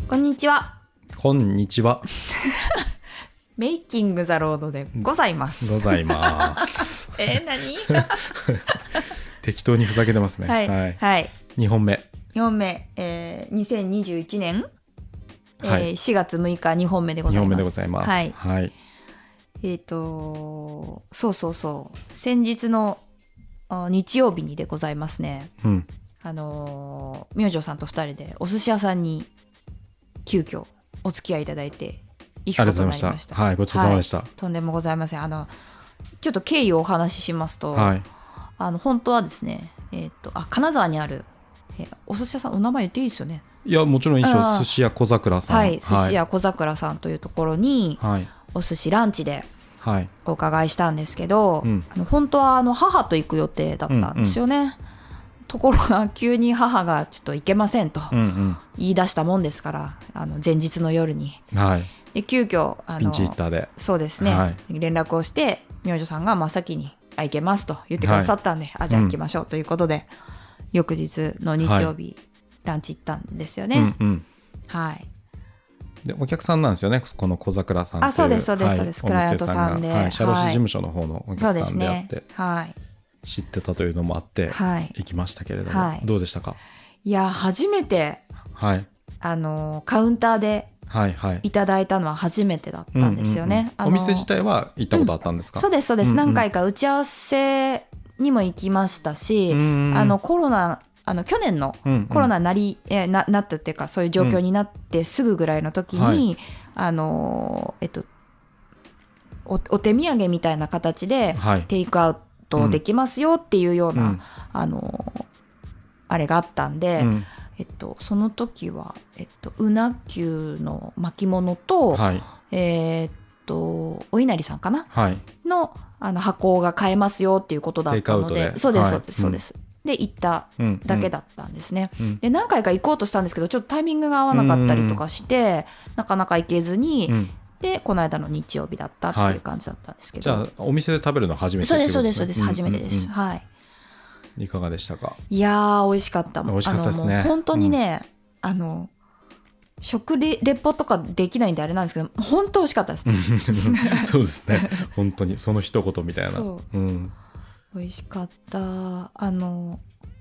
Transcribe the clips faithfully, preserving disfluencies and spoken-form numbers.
こんにちは。 こんにちは。 メイキングザロードでございます。 ございます。 えー、何適当にふざけてますね。 はい、はいはい、 にほんめ。 にほんめ、えー、にせんにじゅういちねん、 はい、 えー、しがつむいかにほんめでございます。 にほんめでございます。 はい。 はい、 えっ、ー、とそうそうそう先日の日曜日にでございますね。 うん、 あのー、明星さんとふたりでお寿司屋さんに急遽お付き合いいただいて行くことになりました。 はい、ごちそうさまでした。 はい、とんでもございません。あのちょっと経緯をお話ししますと、 はい、 あの本当はですね、えー、とあ金沢にある、えー、お寿司屋さん、お名前言っていいですよね。 いやもちろんいいですよ。寿司屋小桜さん。 はい、寿司屋小桜さんというところに、はい、お寿司ランチでお伺いしたんですけど、はい、あの本当はあの母と行く予定だったんですよね。うんうん、ところが急に母がちょっと行けませんと言い出したもんですから、あの前日の夜に、はい、で急遽あのピンチヒッターでそうですね、はい、連絡をして明星さんが真っ先にあ行けますと言ってくださったんで、はい、あじゃあ行きましょうということで、うん、翌日の日曜日、はい、ランチ行ったんですよね。うんうん、はい。 でお客さんなんですよね、この小桜さんっていう。 あそうですそうです、はい、そうです、クライアントさんで、 はい、社労士事務所の方のお客さんであって、 はい、 知ってたというのもあって行きましたけれども、はい、どうでしたか？ いや初めて、はい、あのカウンターでいただいたのは初めてだったんですよね。 お店自体は行ったことあったんですか？ うん、そうですそうです、うんうん、何回か打ち合わせにも行きましたし、うんうん、あのコロナあの去年のコロナになり、うんうん、え な, なったっていうかそういう状況になってすぐぐらいの時に、うんはい、あのえっと お, お手土産みたいな形でテイクアウトできますよっていうような、うん、あのあれがあったんで、うんえっと、その時は、えっと、うなきゅうの巻物と、はい、えー、っとお稲荷さんかな、はい、の, あの箱が買えますよっていうことだったの で, でそうですそうです、そうです、うん、で行っただけだったんですね、うんうん、で何回か行こうとしたんですけどちょっとタイミングが合わなかったりとかして、うん、なかなか行けずに、うんでこの間の日曜日だったっていう感じだったんですけど、 はい、じゃあお店で食べるの初めてってことですね。 そうですそうですそうです、初めてです、うんうんうん、はい。 いかがでしたか？ いやー美味しかった。 美味しかったですね。 あのもう本当にね、うん、あの食レポとかできないんであれなんですけど本当美味しかったですそうですね、本当にその一言みたいな。 そう、うん、美味しかった。あの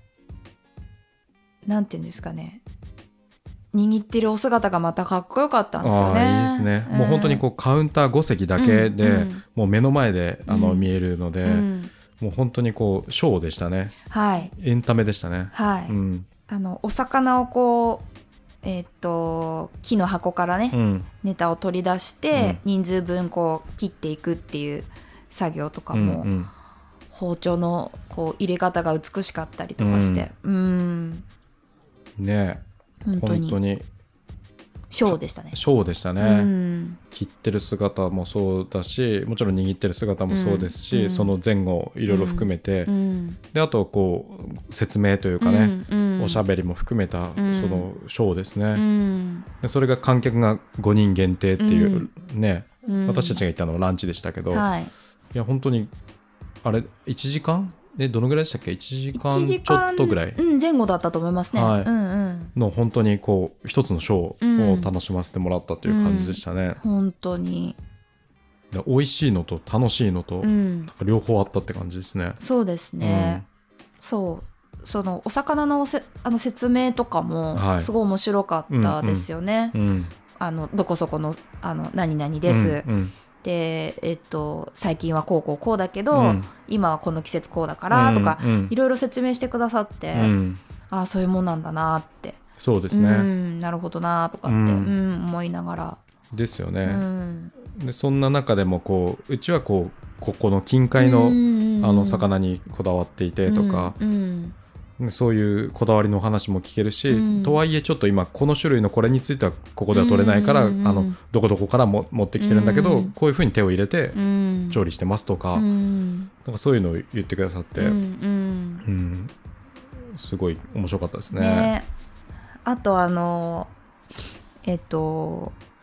なんていうんですかね、握ってるお姿がまたかっこよかったんですよね。 あいいですね、もう本当にこうカウンターご席だけで、うん、もう目の前であの、うん、見えるので、うん、もう本当にこうショーでしたね。はい、エンタメでしたね。 はい、うん、あのお魚をこう、えー、っと木の箱からね、うん、ネタを取り出して、うん、人数分こう切っていくっていう作業とかも、うんうん、包丁のこう入れ方が美しかったりとかして、うん、うんねえ本当に、本当にショーでしたね。 ショーでしたね、うん、切ってる姿もそうだしもちろん握ってる姿もそうですし、うん、その前後いろいろ含めて、うん、であとこう説明というかね、うん、おしゃべりも含めたそのショーですね、うん、でそれが観客がごにん限定っていうね、うん、私たちが行ったのはランチでしたけど、はい、いや本当にあれいちじかんでどのぐらいでしたっけ？いちじかんちょっとぐらい、 うん、前後だったと思いますね、はい、うんうん、 の本当にこう一つのショーを楽しませてもらったという感じでしたね、 うんうん、本当に美味しいのと楽しいのと、うん、なんか両方あったって感じですね。 そうですね、うん、そうそのお魚のせあの説明とかもすごい面白かったですよね、はいうんうん、あのどこそこの、あの何々です、うんうんでえっと、最近はこうこうこうだけど、うん、今はこの季節こうだからとか、うんうん、いろいろ説明してくださって、うん、ああそういうもんなんだなってそうですね、 うん、なるほどなとかって、うんうん、思いながらですよね、うん、でそんな中でもこううちはこうここの近海の、うんうん、あの魚にこだわっていてとか、うんうんそういうこだわりの話も聞けるし、うん、とはいえちょっと今この種類のこれについてはここでは取れないから、うんうん、あのどこどこからも持ってきてるんだけど、うん、こういうふうに手を入れて調理してますとか、うん、なんかそういうのを言ってくださって、うんうんうん、すごい面白かったですね。 ねあとあのえっと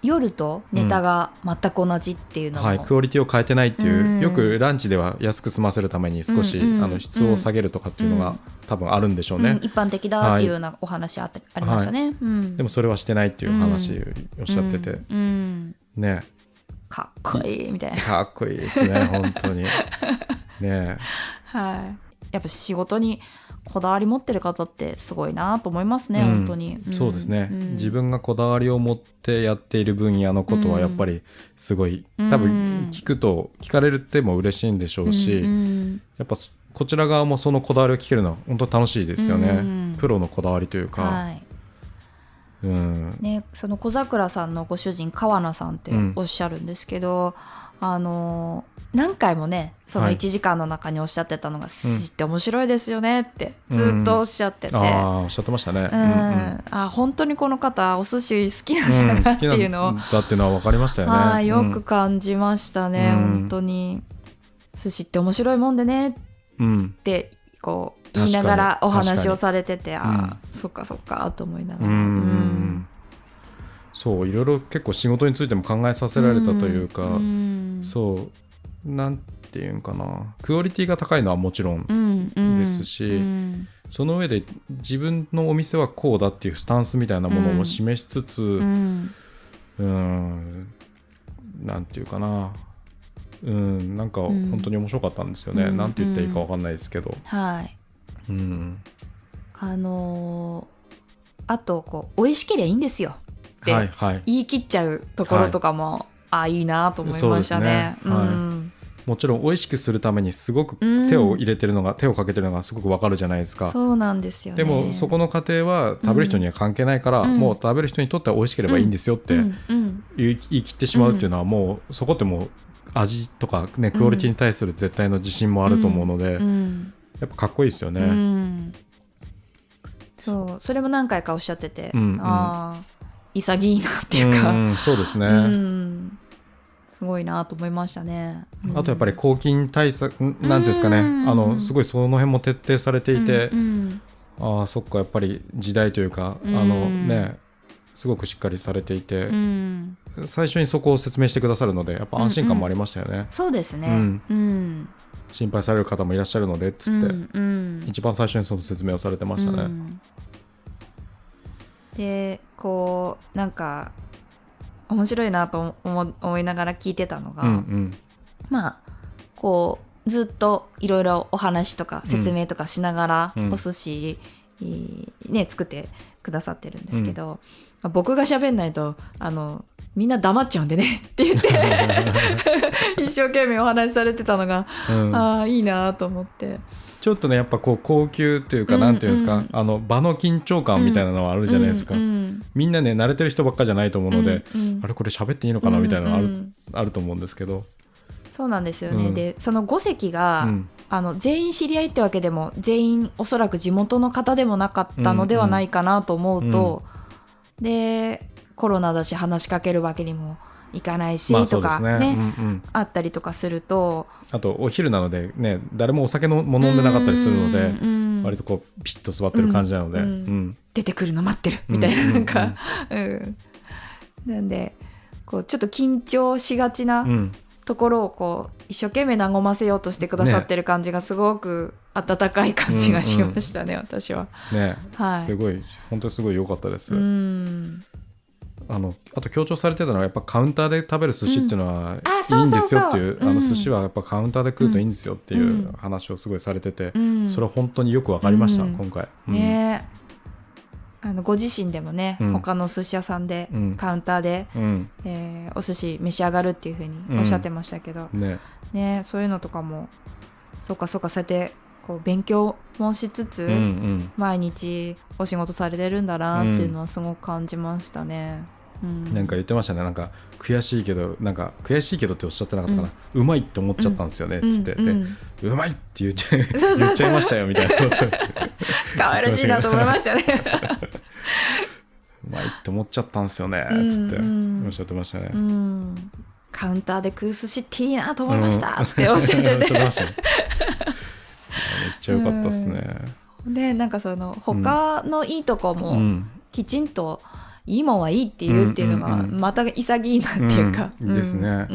夜とネタが全く同じっていうのも、 はい、クオリティを変えてないっていう、うん、よくランチでは安く済ませるために少し、うんうん、あの質を下げるとかっていうのが、うん、多分あるんでしょうね、 うん、一般的だっていうようなお話あった、はい、ありましたね、はいうん、 でもそれはしてないっていう話をおっしゃってて、うんうんね、 かっこいいみたいなかっこいいですね本当にね、 はい、やっぱ仕事にこだわり持ってる方ってすごいなと思いますね、うん、本当に、 うん、そうですね、うん、自分がこだわりを持ってやっている分野のことはやっぱりすごい、うん、多分聞くと聞かれるっても嬉しいんでしょうし、うん、やっぱこちら側もそのこだわりを聞けるのは本当楽しいですよね、うん、プロのこだわりというか、はいうんね、その小桜さんのご主人川名さんっておっしゃるんですけど、うん、あの何回もねそのいちじかんの中におっしゃってたのが、はい、寿司って面白いですよねってずっとおっしゃってて、うん、 あおっしゃってましたね、うんうん、 あ本当にこの方お寿司好きなんだなっていうのを、うん、 好きなんだっていうのは分かりましたよね、 あよく感じましたね、うん、本当に寿司って面白いもんでねってこう言いながらお話をされてて、あ、うん、そっかそっかと思いながら、うんうん、 そういろいろ結構仕事についても考えさせられたというか、うん、そうなんていうんかなクオリティが高いのはもちろんですし、うんうん、その上で自分のお店はこうだっていうスタンスみたいなものを示しつつ、うん、うーんなんていうかなうんなんか本当に面白かったんですよね、うん、なんて言っていいか分かんないですけど、 はいうん、 あのー、あとこう美味しければいいんですよって言い切っちゃうところとかも、はいはい、あいいなと思いましたね、 そうですね、はい、うん、もちろん美味しくするためにすごく手を入れてるのが、うん、手をかけてるのがすごくわかるじゃないですか。 そうなんですよね。 でもそこの過程は食べる人には関係ないから、うん、もう食べる人にとっては美味しければいいんですよって言い切ってしまうっていうのはもうそこってもう味とかねクオリティに対する絶対の自信もあると思うので、うんうん、やっぱかっこいいですよね、うん、 そうそれも何回かおっしゃってて、うんうん、あ潔いなっていうか、うん、 そうですね、うん、 すごいなと思いましたね、 うん、あとやっぱり抗菌対策なんていうんですかね、うん、あのすごいその辺も徹底されていて、うんうん、あそっかやっぱり時代というか、うん、あのねすごくしっかりされていて、うん、最初にそこを説明してくださるのでやっぱ安心感もありましたよね、うんうん、 そうですね、うんうん、 心配される方もいらっしゃるのでっつって、うんうん、一番最初にその説明をされてましたね、うん、 でこうなんか面白いなと 思, 思いながら聞いてたのが、うんうん、まあこうずっといろいろお話とか説明とかしながらお寿司、うんね、作ってくださってるんですけど、うん、僕が喋んないとあのみんな黙っちゃうんでねって言って一生懸命お話しされてたのが、うん、あいいなと思って、 ちょっとねやっぱこう高級というか、なんていうんですか、うんうん、あの場の緊張感みたいなのはあるじゃないですか、うんうん、みんなね慣れてる人ばっかじゃないと思うので、うんうん、あれこれ喋っていいのかなみたいなのある、うんうん、あると思うんですけど、 そうなんですよね、うん、でそのご席が、うん、あの全員知り合いってわけでも全員おそらく地元の方でもなかったのではないかなと思うと、うんうん、でコロナだし話しかけるわけにもいかないし、まあ、とか ね, ね、うんうん、あったりとかすると、 あとお昼なので、ね、誰もお酒も飲んでなかったりするので、うんうん、割とこうピッと座ってる感じなので、うんうん、 出てくるの待ってるみたいな、なんか、うんうんうん、なんでこうちょっと緊張しがちなところをこう一生懸命和ませようとしてくださってる感じがすごく温かい感じがしましたね、うんうん、私は、 ね、はい、すごい本当にすごい良かったです、うん、あのあと強調されてたのはやっぱカウンターで食べる寿司っていうのはいいんですよっていう、あの寿司はやっぱカウンターで食うといいんですよっていう話をすごいされてて、うん、それは本当によく分かりました、うん、今回、うん、ね、 あのご自身でもね、うん、他の寿司屋さんで、うん、カウンターで、うんえー、お寿司召し上がるっていう風におっしゃってましたけど、うんねね、そういうのとかもそうかそうかそうやってこう勉強もしつつ、うんうん、毎日お仕事されてるんだなっていうのはすごく感じましたね、うん、 なんか言ってましたね、なんか悔しいけどなんか悔しいけどっておっしゃってなかったかな、うん、うまいって思っちゃったんですよね、うん、つって、うん、でうまいって言っちゃい、言っちゃいましたよみたいなこと可愛らしいなと思いましたねうまいって思っちゃったんですよねつっておっしゃってましたね、うん、 カウンターで食う寿司っていいなと思いましたっておっしゃってて、うん、おっしゃってましたねめっちゃ良かったですね、 うん、でなんかその他のいいとこもきちんといいもんはいいって言うっていうのがまた潔いなっていうか、 うんうんうん、ですね、 うん、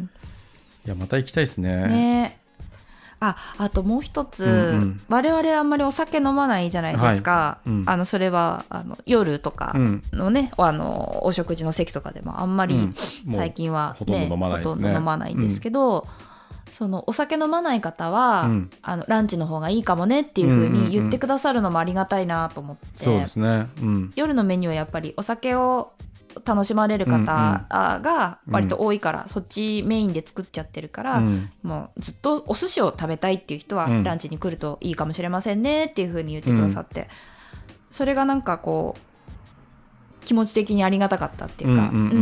いやまた行きたいですね。 ね。あ, あともう一つ、 うんうん、 我々あんまりお酒飲まないじゃないですか、 はいうん、 あのそれはあの夜とかのね、うん、あのお食事の席とかでもあんまり最近は、ね、うん、ほとんど飲まないんですけど、うん、そのお酒飲まない方は、うん、あのランチの方がいいかもねっていう風に言ってくださるのもありがたいなと思って、 そうですね、うん、 夜のメニューはやっぱりお酒を楽しまれる方が割と多いから、うんうん、そっちメインで作っちゃってるから、うん、もうずっとお寿司を食べたいっていう人はランチに来るといいかもしれませんねっていう風に言ってくださって、うん、それがなんかこう気持ち的にありがたかったっていうか、うんうんうんうん、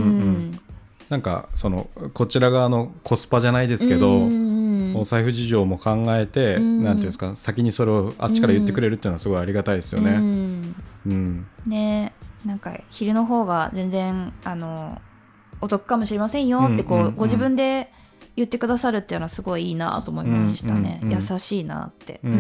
なんかそのこちら側のコスパじゃないですけど、うんうんうん、お財布事情も考えて、うん、なんていうんですか、先にそれをあっちから言ってくれるっていうのはすごいありがたいですよね、うんうん、ね。なんか昼の方が全然あのお得かもしれませんよってこう、うんうんうん、ご自分で言ってくださるっていうのはすごいいいなと思いましたね、うんうんうん、優しいなって、うんうん、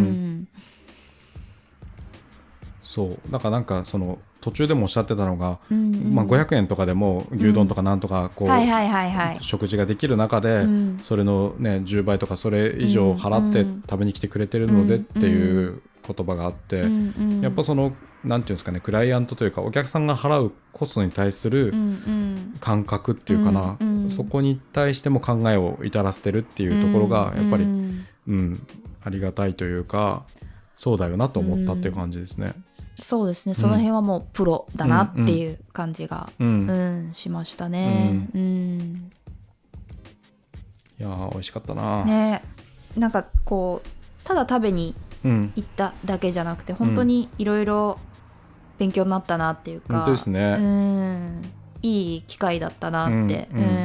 そうだからなんかその途中でもおっしゃってたのが、うんうんまあ、ごひゃくえんとかでも牛丼とかなんとかこう、はいはいはいはい、食事ができる中で、うん、それの、ね、じゅうばいとかそれ以上払って食べに来てくれてるのでっていう言葉があって、うんうん、やっぱそのなんていうんですかね、クライアントというかお客さんが払うコストに対する感覚っていうかな、うんうん、そこに対しても考えを至らせてるっていうところがやっぱり、うんうん、ありがたいというかそうだよなと思ったっていう感じですね、うん、 そうですね、その辺はもうプロだなっていう感じが、うんうんうん、しましたね、うんうん、 いやー美味しかったな、 ね、なんかこうただ食べに行っただけじゃなくて、うん、本当にいろいろ勉強になったなっていうか、 本当ですね、 うん、いい機会だったなって、うんうん、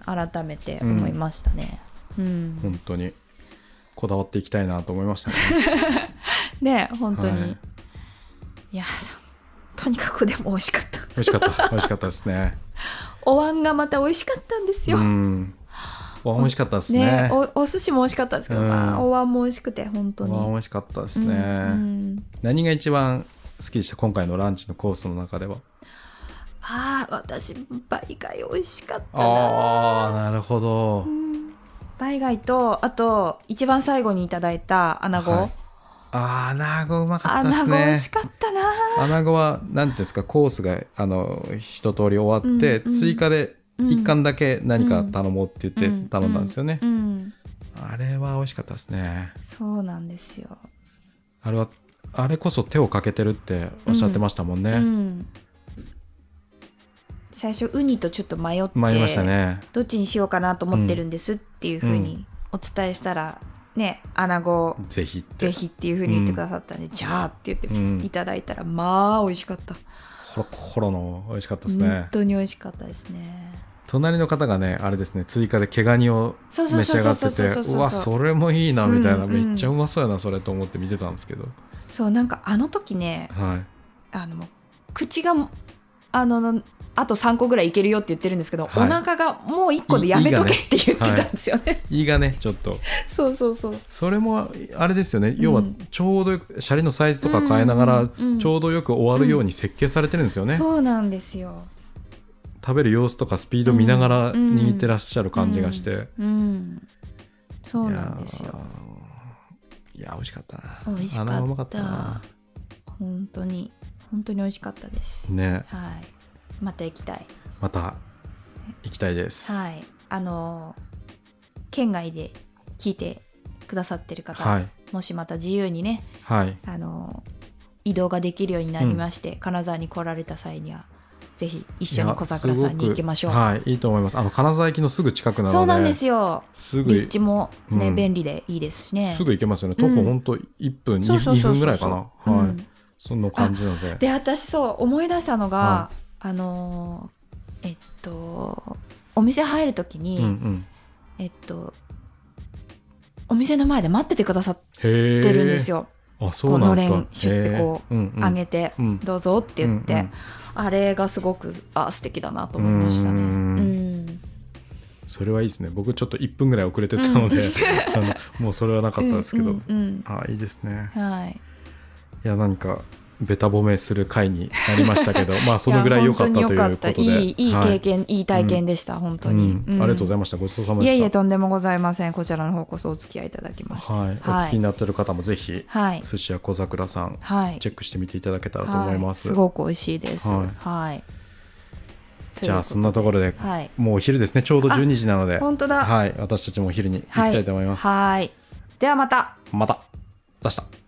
改めて思いましたね、うんうん、 本当にこだわっていきたいなと思いましたねね、本当に、はい、いやとにかくでも美味しかった美味しかった美味しかったですねお椀がまた美味しかったんですよ、うん、 お椀美味しかったですね、 ね、 お, お寿司も美味しかったですけど、うんまあ、お椀も美味しくて本当にお椀美味しかったですね、うんうん、何が一番好きでした今回のランチのコースの中では？ ああ、私バイ貝美味しかったな。 ああ、なるほど、うん、 バイ貝とあと一番最後にいただいたアナゴ、はい、 あー、アナゴうまかったですね。 アナゴ美味しかったな。 アナゴは何ていうんですか、コースがあの一通り終わって、うんうん、追加で一貫だけ何か頼もうって言って頼んだんですよね、うんうんうん、あれは美味しかったですね。 そうなんですよ。 あれはあれこそ手をかけてるっておっしゃってましたもんね、うんうん、 最初ウニとちょっと迷って迷いましたね。 どっちにしようかなと思ってるんですっていう風にお伝えしたら、ね、アナゴぜひってぜひっていう風に言ってくださったんで、うん、じゃあって言っていただいたら、うん、まあ美味しかった。 ほろほろの美味しかったですね。 本当に美味しかったですね。 隣の方がねあれですね、追加で毛ガニを召し上がってて、うわそれもいいなみたいな、うんうん、めっちゃうまそうやなそれと思って見てたんですけど、 そうなんかあの時ね、はい、あの口があのあとさんこぐらいいけるよって言ってるんですけど、はい、お腹がもういっこでやめとけって言ってたんですよね。 胃がねちょっとそうそうそう、 それもあれですよね、要はちょうどよくシャリのサイズとか変えながらちょうどよく終わるように設計されてるんですよね、 うんうん、そうなんですよ。 食べる様子とかスピード見ながら握ってらっしゃる感じがして、うんうんうん、 そうなんですよ。 いや美味しかったな。 美味しかった。あのうまかったな。本当に本当に美味しかったですね。 はい、また行きたい。 また行きたいです。 はい、あの県外で聞いてくださってる方、 はい、 もしまた自由にね、 はい、 あの移動ができるようになりまして、うん、金沢に来られた際にはぜひ一緒に小桜さんに行きましょう。 はい、いいと思います。あの金沢駅のすぐ近くなので。 そうなんですよ。 すぐ立地もね、うん、便利でいいですしね。 すぐ行けますよね。徒歩本当いっぷん、うん、にふんぐらいかな。はい、うん、そんな感じなので。 で私そう思い出したのが、はい、あのえっとお店入るときに、うんうん、えっとお店の前で待っててくださってるんですよ。 あ、そうなんですか。 のれんシュッてこう、うんうん、上げて、うん、どうぞって言って、うんうん、あれがすごくあ素敵だなと思いましたね。うん、 それはいいですね。僕ちょっといっぷんぐらい遅れてたので、うん、あのもうそれはなかったですけど、うんうんうん、あいいですね。 はい、 いや何かべた褒めする回になりましたけどまあそのぐらい良かったということで、 いい、いい経験、はい、いい体験でした、うん、本当に、 うんうん、ありがとうございました。ごちそうさまでした。 いえいえ、とんでもございません。こちらの方こそお付き合いいただきました、 はい、お聞きになっている方もぜひ、はい、寿司屋小桜さん、はい、チェックしてみていただけたらと思います、 はい、すごく美味しいです、はいはい、 じゃあそんなところで、はい、もうお昼ですね。ちょうどじゅうにじなので、 本当だ、 はい、私たちもお昼に行きたいと思います。 はい、はい、ではまたまた出した。